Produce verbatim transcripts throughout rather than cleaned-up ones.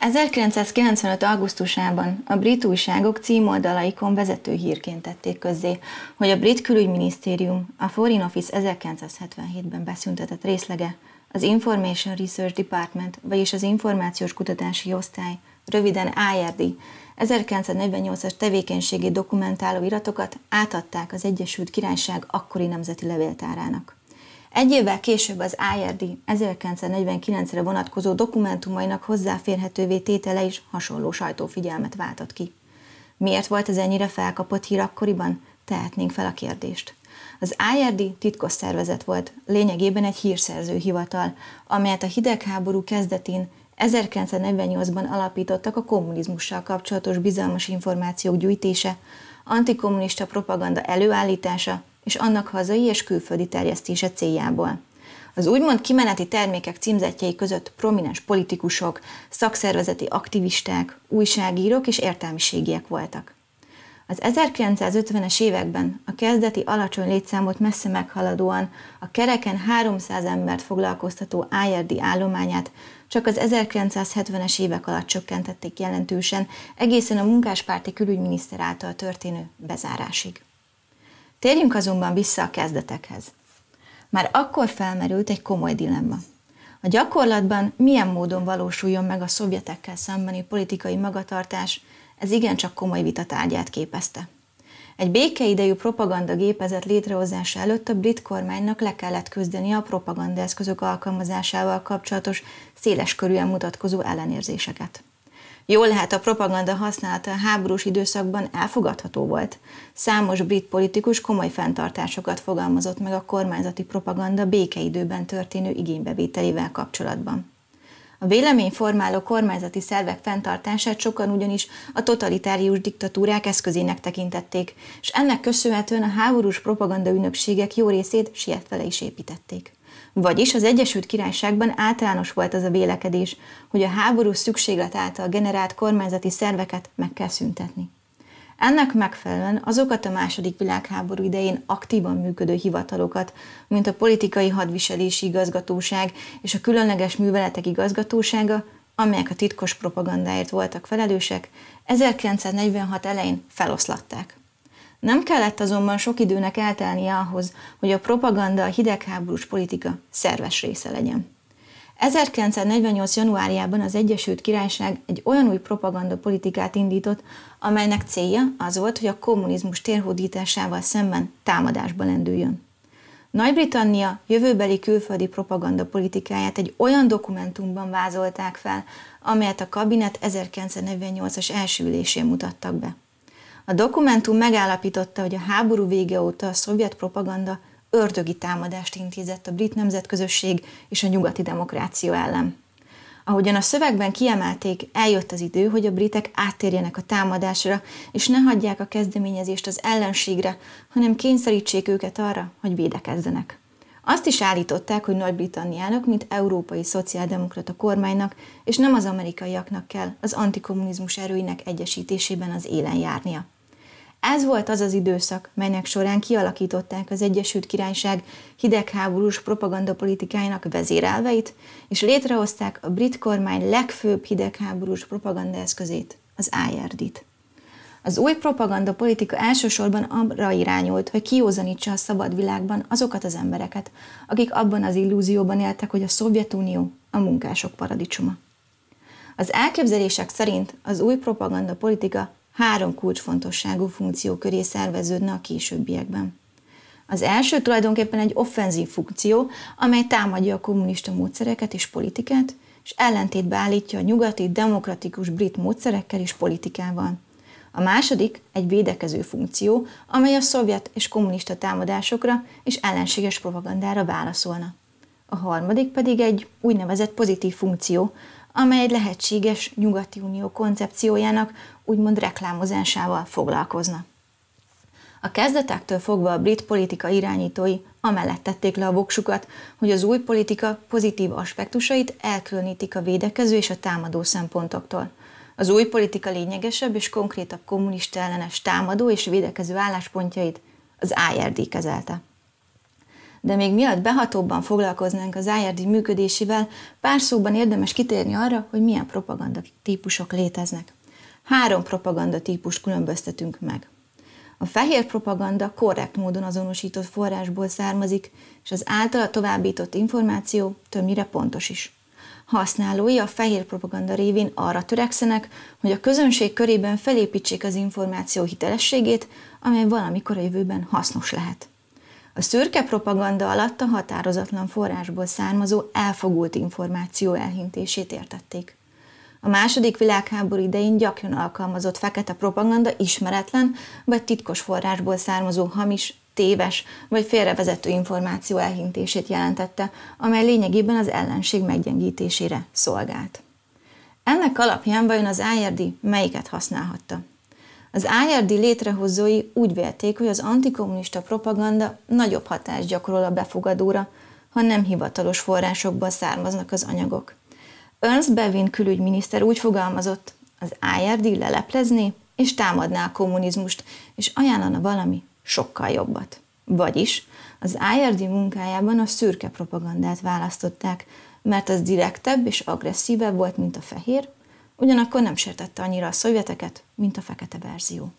ezerkilencszázkilencvenöt. augusztusában a brit újságok címoldalaikon vezető hírként tették közzé, hogy a brit külügyminisztérium a Foreign Office ezerkilencszázhetvenhétben beszüntetett részlege, az Information Research Department, vagyis az Információs Kutatási Osztály, röviden I R D, ezerkilencszáznegyvennyolcas tevékenységét dokumentáló iratokat átadták az Egyesült Királyság akkori nemzeti levéltárának. Egy évvel később az I R D ezerkilencszáznegyvenkilencre vonatkozó dokumentumainak hozzáférhetővé tétele is hasonló sajtófigyelmet váltott ki. Miért volt ez ennyire felkapott hír akkoriban? Tehetnénk fel a kérdést. Az I R D titkos szervezet volt, lényegében egy hírszerző hivatal, amelyet a hidegháború kezdetén ezerkilencszáznegyvennyolcban alapítottak a kommunizmussal kapcsolatos bizalmas információk gyűjtése, antikommunista propaganda előállítása és annak hazai és külföldi terjesztése céljából. Az úgymond kimeneti termékek címzettjei között prominens politikusok, szakszervezeti aktivisták, újságírók és értelmiségiek voltak. Az ezerkilencszázötvenes években a kezdeti alacsony létszámot messze meghaladóan a kereken háromszáz embert foglalkoztató I R D állományát csak az ezerkilencszázhetvenes évek alatt csökkentették jelentősen, egészen a munkáspárti külügyminiszter által történő bezárásig. Térjünk azonban vissza a kezdetekhez. Már akkor felmerült egy komoly dilemma. A gyakorlatban milyen módon valósuljon meg a szovjetekkel szembeni politikai magatartás, ez igencsak komoly vita tárgyát képezte. Egy békeidejű propagandagépezet létrehozása előtt a brit kormánynak le kellett küzdeni a propagandaeszközök alkalmazásával kapcsolatos széleskörűen mutatkozó ellenérzéseket. Jól lehet, a propaganda használata a háborús időszakban elfogadható volt. Számos brit politikus komoly fenntartásokat fogalmazott meg a kormányzati propaganda békeidőben történő igénybevételével kapcsolatban. A véleményformáló kormányzati szervek fenntartását sokan ugyanis a totalitárius diktatúrák eszközének tekintették, és ennek köszönhetően a háborús propagandaügynökségek jó részét sietve le is építették. Vagyis az Egyesült Királyságban általános volt az a vélekedés, hogy a háborús szükséglet által generált kormányzati szerveket meg kell szüntetni. Ennek megfelelően azokat a második világháború idején aktívan működő hivatalokat, mint a politikai hadviselési igazgatóság és a különleges műveletek igazgatósága, amelyek a titkos propagandáért voltak felelősek, ezerkilencszáznegyvenhat elején feloszlatták. Nem kellett azonban sok időnek eltelnie ahhoz, hogy a propaganda a hidegháborús politika szerves része legyen. ezerkilencszáznegyvennyolc. januárjában az Egyesült Királyság egy olyan új propagandapolitikát indított, amelynek célja az volt, hogy a kommunizmus térhódításával szemben támadásba lendüljön. Nagy-Britannia jövőbeli külföldi propagandapolitikáját egy olyan dokumentumban vázolták fel, amelyet a kabinet ezerkilencszáznegyvennyolcas első ülésén mutattak be. A dokumentum megállapította, hogy a háború vége óta a szovjet propaganda ördögi támadást intézett a brit nemzetközösség és a nyugati demokrácia ellen. Ahogyan a szövegben kiemelték, eljött az idő, hogy a britek áttérjenek a támadásra, és ne hagyják a kezdeményezést az ellenségre, hanem kényszerítsék őket arra, hogy védekezzenek. Azt is állították, hogy Nagy-Britanniának, mint európai szociáldemokrata kormánynak, és nem az amerikaiaknak kell az antikommunizmus erőinek egyesítésében az élen járnia. Ez volt az az időszak, melynek során kialakították az Egyesült Királyság hidegháborús propagandapolitikájának vezérelveit, és létrehozták a brit kormány legfőbb hidegháborús propagandaeszközét, az I R D-t. Az új propagandapolitika elsősorban arra irányult, hogy kiózanítsa a szabad világban azokat az embereket, akik abban az illúzióban éltek, hogy a Szovjetunió a munkások paradicsoma. Az elképzelések szerint az új propagandapolitika három kulcsfontosságú funkció köré szerveződne a későbbiekben. Az első tulajdonképpen egy offenzív funkció, amely támadja a kommunista módszereket és politikát, és ellentétbe állítja a nyugati, demokratikus brit módszerekkel és politikával. A második egy védekező funkció, amely a szovjet és kommunista támadásokra és ellenséges propagandára válaszolna. A harmadik pedig egy úgynevezett pozitív funkció, amely egy lehetséges nyugati unió koncepciójának úgymond reklámozásával foglalkozna. A kezdetektől fogva a brit politika irányítói amellett tették le a voksukat, hogy az új politika pozitív aspektusait elkülönítik a védekező és a támadó szempontoktól. Az új politika lényegesebb és konkrétabb kommunista ellenes támadó és védekező álláspontjait az I R D kezelte. De még mielőtt behatóbban foglalkoznánk az I R D működésével, pár szóban érdemes kitérni arra, hogy milyen propaganda típusok léteznek. Három propaganda típust különböztetünk meg. A fehér propaganda korrekt módon azonosított forrásból származik, és az általa továbbított információ többnyire pontos is. Használói a fehér propaganda révén arra törekszenek, hogy a közönség körében felépítsék az információ hitelességét, amely valamikor a jövőben hasznos lehet. A szürke propaganda alatt a határozatlan forrásból származó elfogult információ elhintését értették. A második világháború idején gyakran alkalmazott fekete propaganda ismeretlen vagy titkos forrásból származó hamis, téves vagy félrevezető információ elhintését jelentette, amely lényegében az ellenség meggyengítésére szolgált. Ennek alapján vajon az I R D melyiket használhatta? Az I R D létrehozói úgy vélték, hogy az antikommunista propaganda nagyobb hatást gyakorol a befogadóra, ha nem hivatalos forrásokból származnak az anyagok. Ernst Bevin külügyminiszter úgy fogalmazott, az I R D leleplezné és támadná a kommunizmust, és ajánlana valami sokkal jobbat. Vagyis az I R D munkájában a szürke propagandát választották, mert az direktebb és agresszívebb volt, mint a fehér, ugyanakkor nem sértette annyira a szovjeteket, mint a fekete verzió.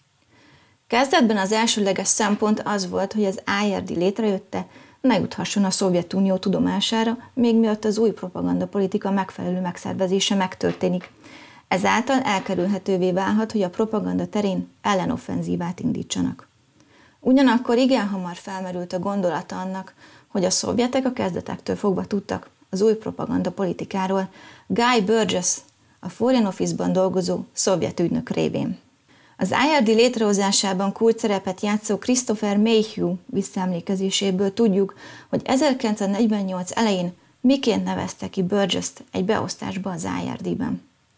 Kezdetben az elsődleges szempont az volt, hogy az I R D létrejötte, ne juthasson a Szovjetunió tudomására, még mielőtt az új propagandapolitika megfelelő megszervezése megtörténik. Ezáltal elkerülhetővé válhat, hogy a propaganda terén ellenoffenzívát indítsanak. Ugyanakkor igen hamar felmerült a gondolata annak, hogy a szovjetek a kezdetektől fogva tudtak az új propagandapolitikáról Guy Burgess, a Foreign Office-ban dolgozó szovjet ügynök révén. Az I R D létrehozásában kulcsszerepet játszó Christopher Mayhew visszaemlékezéséből tudjuk, hogy ezerkilencszáznegyvennyolc elején miként nevezte ki Burgess-t egy beosztásba az I R D-ben.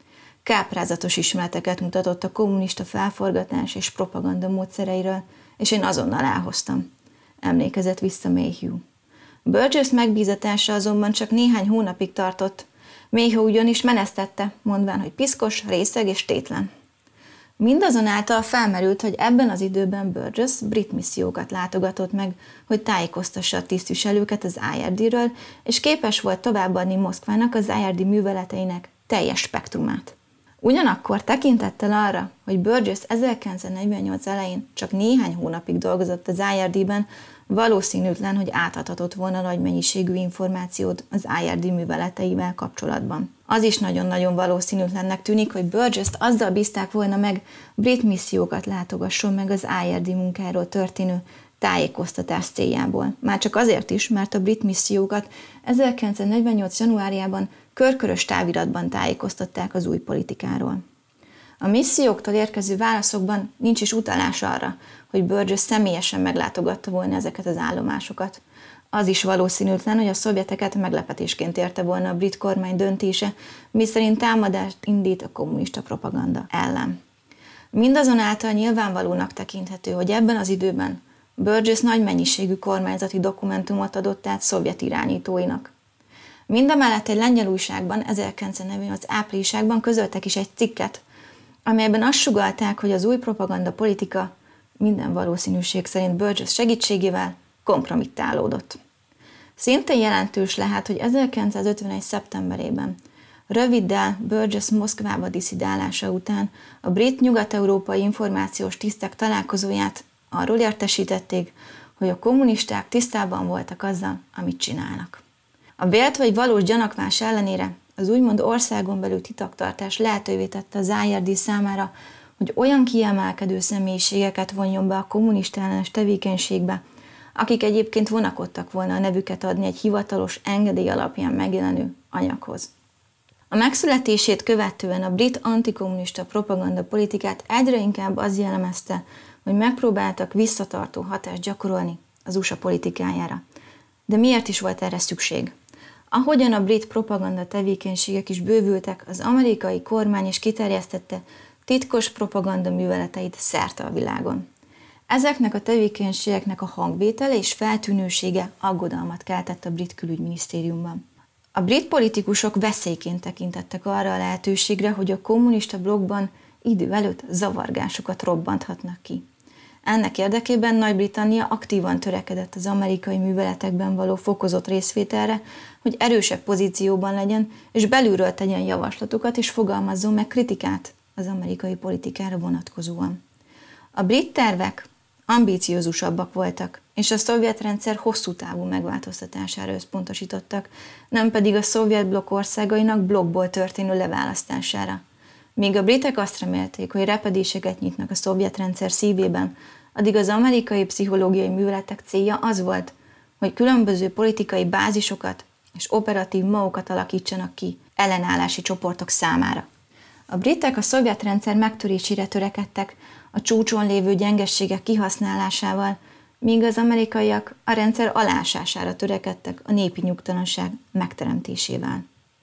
Káprázatos ismereteket mutatott a kommunista felforgatás és propaganda módszereiről, és én azonnal elhoztam, emlékezett vissza Mayhew. Burgess megbízatása azonban csak néhány hónapig tartott. Mayhew ugyanis menesztette, mondván, hogy piszkos, részeg és tétlen. Mindazonáltal felmerült, hogy ebben az időben Burgess brit missziókat látogatott meg, hogy tájékoztassa a tisztviselőket az I R D-ről, és képes volt továbbadni Moszkvának az I R D műveleteinek teljes spektrumát. Ugyanakkor tekintettel arra, hogy Burgess ezerkilencszáznegyvennyolc elején csak néhány hónapig dolgozott az I R D-ben, valószínűtlen, hogy átadhatott volna nagy mennyiségű információt az I R D műveleteivel kapcsolatban. Az is nagyon-nagyon valószínűtlennek tűnik, hogy Burgess-t azzal bízták volna meg, brit missziókat látogasson meg az I R D munkáról történő tájékoztatás céljából. Már csak azért is, mert a brit missziókat ezerkilencszáznegyvennyolc januárjában körkörös táviratban tájékoztatták az új politikáról. A misszióktól érkező válaszokban nincs is utalás arra, hogy Burgess személyesen meglátogatta volna ezeket az állomásokat. Az is valószínűtlen, hogy a szovjeteket meglepetésként érte volna a brit kormány döntése, miszerint támadást indít a kommunista propaganda ellen. Mindazonáltal nyilvánvalónak tekinthető, hogy ebben az időben Burgess nagy mennyiségű kormányzati dokumentumot adott át szovjet irányítóinak. Mindemellett egy lengyel újságban ezerkilencszáznegyvennyolc áprilisában közöltek is egy cikket, amelyben azt sugallták, hogy az új propaganda politika minden valószínűség szerint Burgess segítségével kompromittálódott. Szintén jelentős lehet, hogy ezerkilencszázötvenegy. szeptemberében, röviddel Burgess Moszkvába disszidálása után a brit nyugat-európai információs tisztek találkozóját arról értesítették, hogy a kommunisták tisztában voltak azzal, amit csinálnak. A vélt vagy valós gyanakvás ellenére az úgymond országon belül titoktartás lehetővé tette az I R D számára, hogy olyan kiemelkedő személyiségeket vonjon be a kommunista ellenes tevékenységbe, akik egyébként vonakodtak volna a nevüket adni egy hivatalos engedély alapján megjelenő anyaghoz. A megszületését követően a brit antikommunista propaganda politikát egyre inkább az jellemezte, hogy megpróbáltak visszatartó hatást gyakorolni az U S A politikájára. De miért is volt erre szükség? Ahogyan a brit propaganda tevékenységek is bővültek, az amerikai kormány is kiterjesztette titkos propaganda műveleteit szerte a világon. Ezeknek a tevékenységeknek a hangvétele és feltűnősége aggodalmat keltett a brit külügyminisztériumban. A brit politikusok veszélyként tekintettek arra a lehetőségre, hogy a kommunista blokkban idő előtt zavargásokat robbanthatnak ki. Ennek érdekében Nagy-Britannia aktívan törekedett az amerikai műveletekben való fokozott részvételre, hogy erősebb pozícióban legyen, és belülről tegyen javaslatokat és fogalmazzon meg kritikát az amerikai politikára vonatkozóan. A brit tervek ambíciózusabbak voltak, és a szovjet rendszer hosszú távú megváltoztatására összpontosítottak, nem pedig a szovjet blokk országainak blokkból történő leválasztására. Míg a britek azt remélték, hogy repedéseket nyitnak a szovjet rendszer szívében, addig az amerikai pszichológiai műveletek célja az volt, hogy különböző politikai bázisokat és operatív magokat alakítsanak ki ellenállási csoportok számára. A britek a szovjet rendszer megtörésére törekedtek a csúcson lévő gyengességek kihasználásával, míg az amerikaiak a rendszer alásására törekedtek a népi nyugtalanság megteremtésével.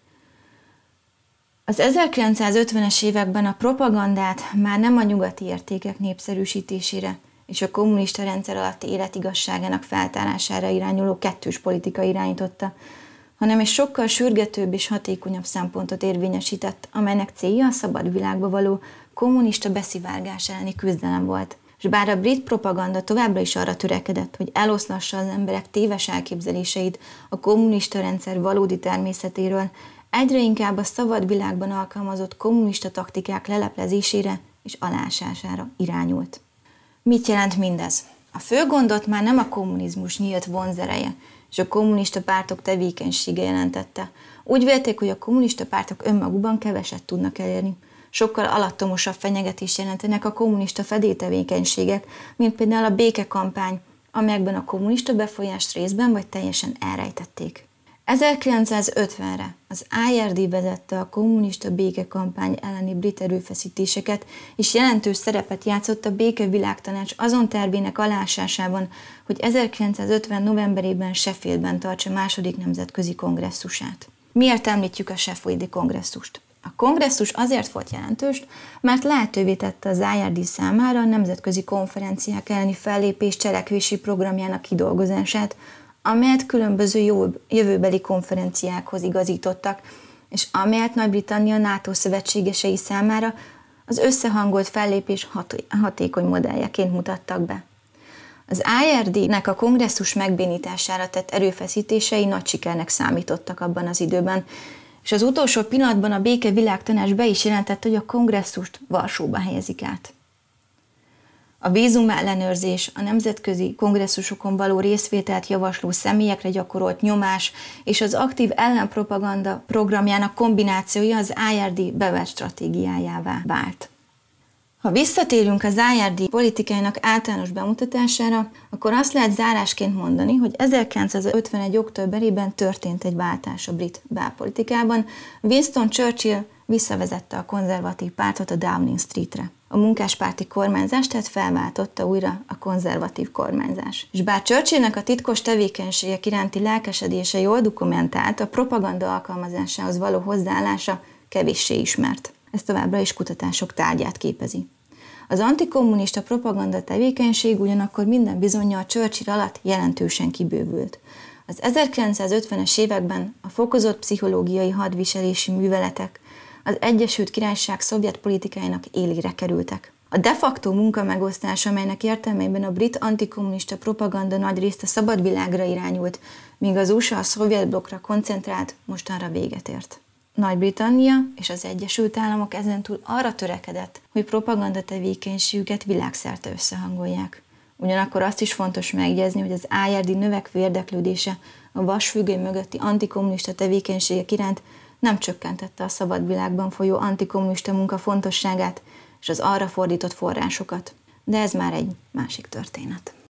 Az ezerkilencszázötvenes években a propagandát már nem a nyugati értékek népszerűsítésére és a kommunista rendszer alatti életigazságának feltárására irányuló kettős politika irányította, hanem egy sokkal sürgetőbb és hatékonyabb szempontot érvényesített, amelynek célja a szabad világba való kommunista beszivárgás elleni küzdelem volt. És bár a brit propaganda továbbra is arra törekedett, hogy eloszlassa az emberek téves elképzeléseit a kommunista rendszer valódi természetéről, egyre inkább a szabad világban alkalmazott kommunista taktikák leleplezésére és alásására irányult. Mit jelent mindez? A fő gondot már nem a kommunizmus nyílt vonzereje és a kommunista pártok tevékenysége jelentette. Úgy vélték, hogy a kommunista pártok önmagukban keveset tudnak elérni. Sokkal alattomosabb fenyegetést jelentenek a kommunista fedéltevékenységek, mint például a békekampány, amelyekben a kommunista befolyást részben vagy teljesen elrejtették. ezerkilencszázötvenre az I R D vezette a kommunista békekampány elleni brit erőfeszítéseket, és jelentős szerepet játszott a Békevilágtanács azon tervének alásásában, hogy ezerkilencszázötven novemberében Sheffieldben tartsa második nemzetközi kongresszusát. Miért említjük a Sheffieldi kongresszust? A kongresszus azért volt jelentős, mert lehetővé tette az I R D számára a nemzetközi konferenciák elleni fellépés cselekvési programjának kidolgozását, amelyet különböző jövőbeli konferenciákhoz igazítottak, és amelyet Nagy-Britannia NATO szövetségesei számára az összehangolt fellépés hatékony modelljeként mutattak be. Az I R D-nek a kongresszus megbénítására tett erőfeszítései nagy sikernek számítottak abban az időben, és az utolsó pillanatban a Békevilágtanács be is jelentett, hogy a kongresszust Varsóba helyezik át. A vízum ellenőrzés, a nemzetközi kongresszusokon való részvételt javasló személyekre gyakorolt nyomás és az aktív ellenpropaganda programjának kombinációja az I R D bevált stratégiájává vált. Ha visszatérünk az I R D politikájának általános bemutatására, akkor azt lehet zárásként mondani, hogy ezerkilencszázötvenegy. októberében történt egy váltás a brit belpolitikában. Winston Churchill visszavezette a konzervatív pártot a Downing Streetre. A munkáspárti kormányzás tehát felváltotta újra a konzervatív kormányzás. És bár Churchillnek a titkos tevékenységek iránti lelkesedése jól dokumentált, a propaganda alkalmazásához való hozzáállása kevéssé ismert. Ez továbbra is kutatások tárgyát képezi. Az antikommunista propaganda tevékenység ugyanakkor minden bizonnyal Churchill alatt jelentősen kibővült. Az ezerkilencszázötvenes években a fokozott pszichológiai hadviselési műveletek az Egyesült Királyság szovjet politikájának élére kerültek. A de facto munkamegosztás, amelynek értelmében a brit antikommunista propaganda nagyrészt a szabad világra irányult, míg az U S A a szovjet blokkra koncentrált, mostanra véget ért. Nagy-Britannia és az Egyesült Államok ezentúl arra törekedett, hogy propaganda tevékenységüket világszerte összehangolják. Ugyanakkor azt is fontos megjegyezni, hogy az I R D növekvő érdeklődése a vasfüggöny mögötti antikommunista tevékenységek iránt nem csökkentette a szabad világban folyó antikommunista munka fontosságát és az arra fordított forrásokat. De ez már egy másik történet.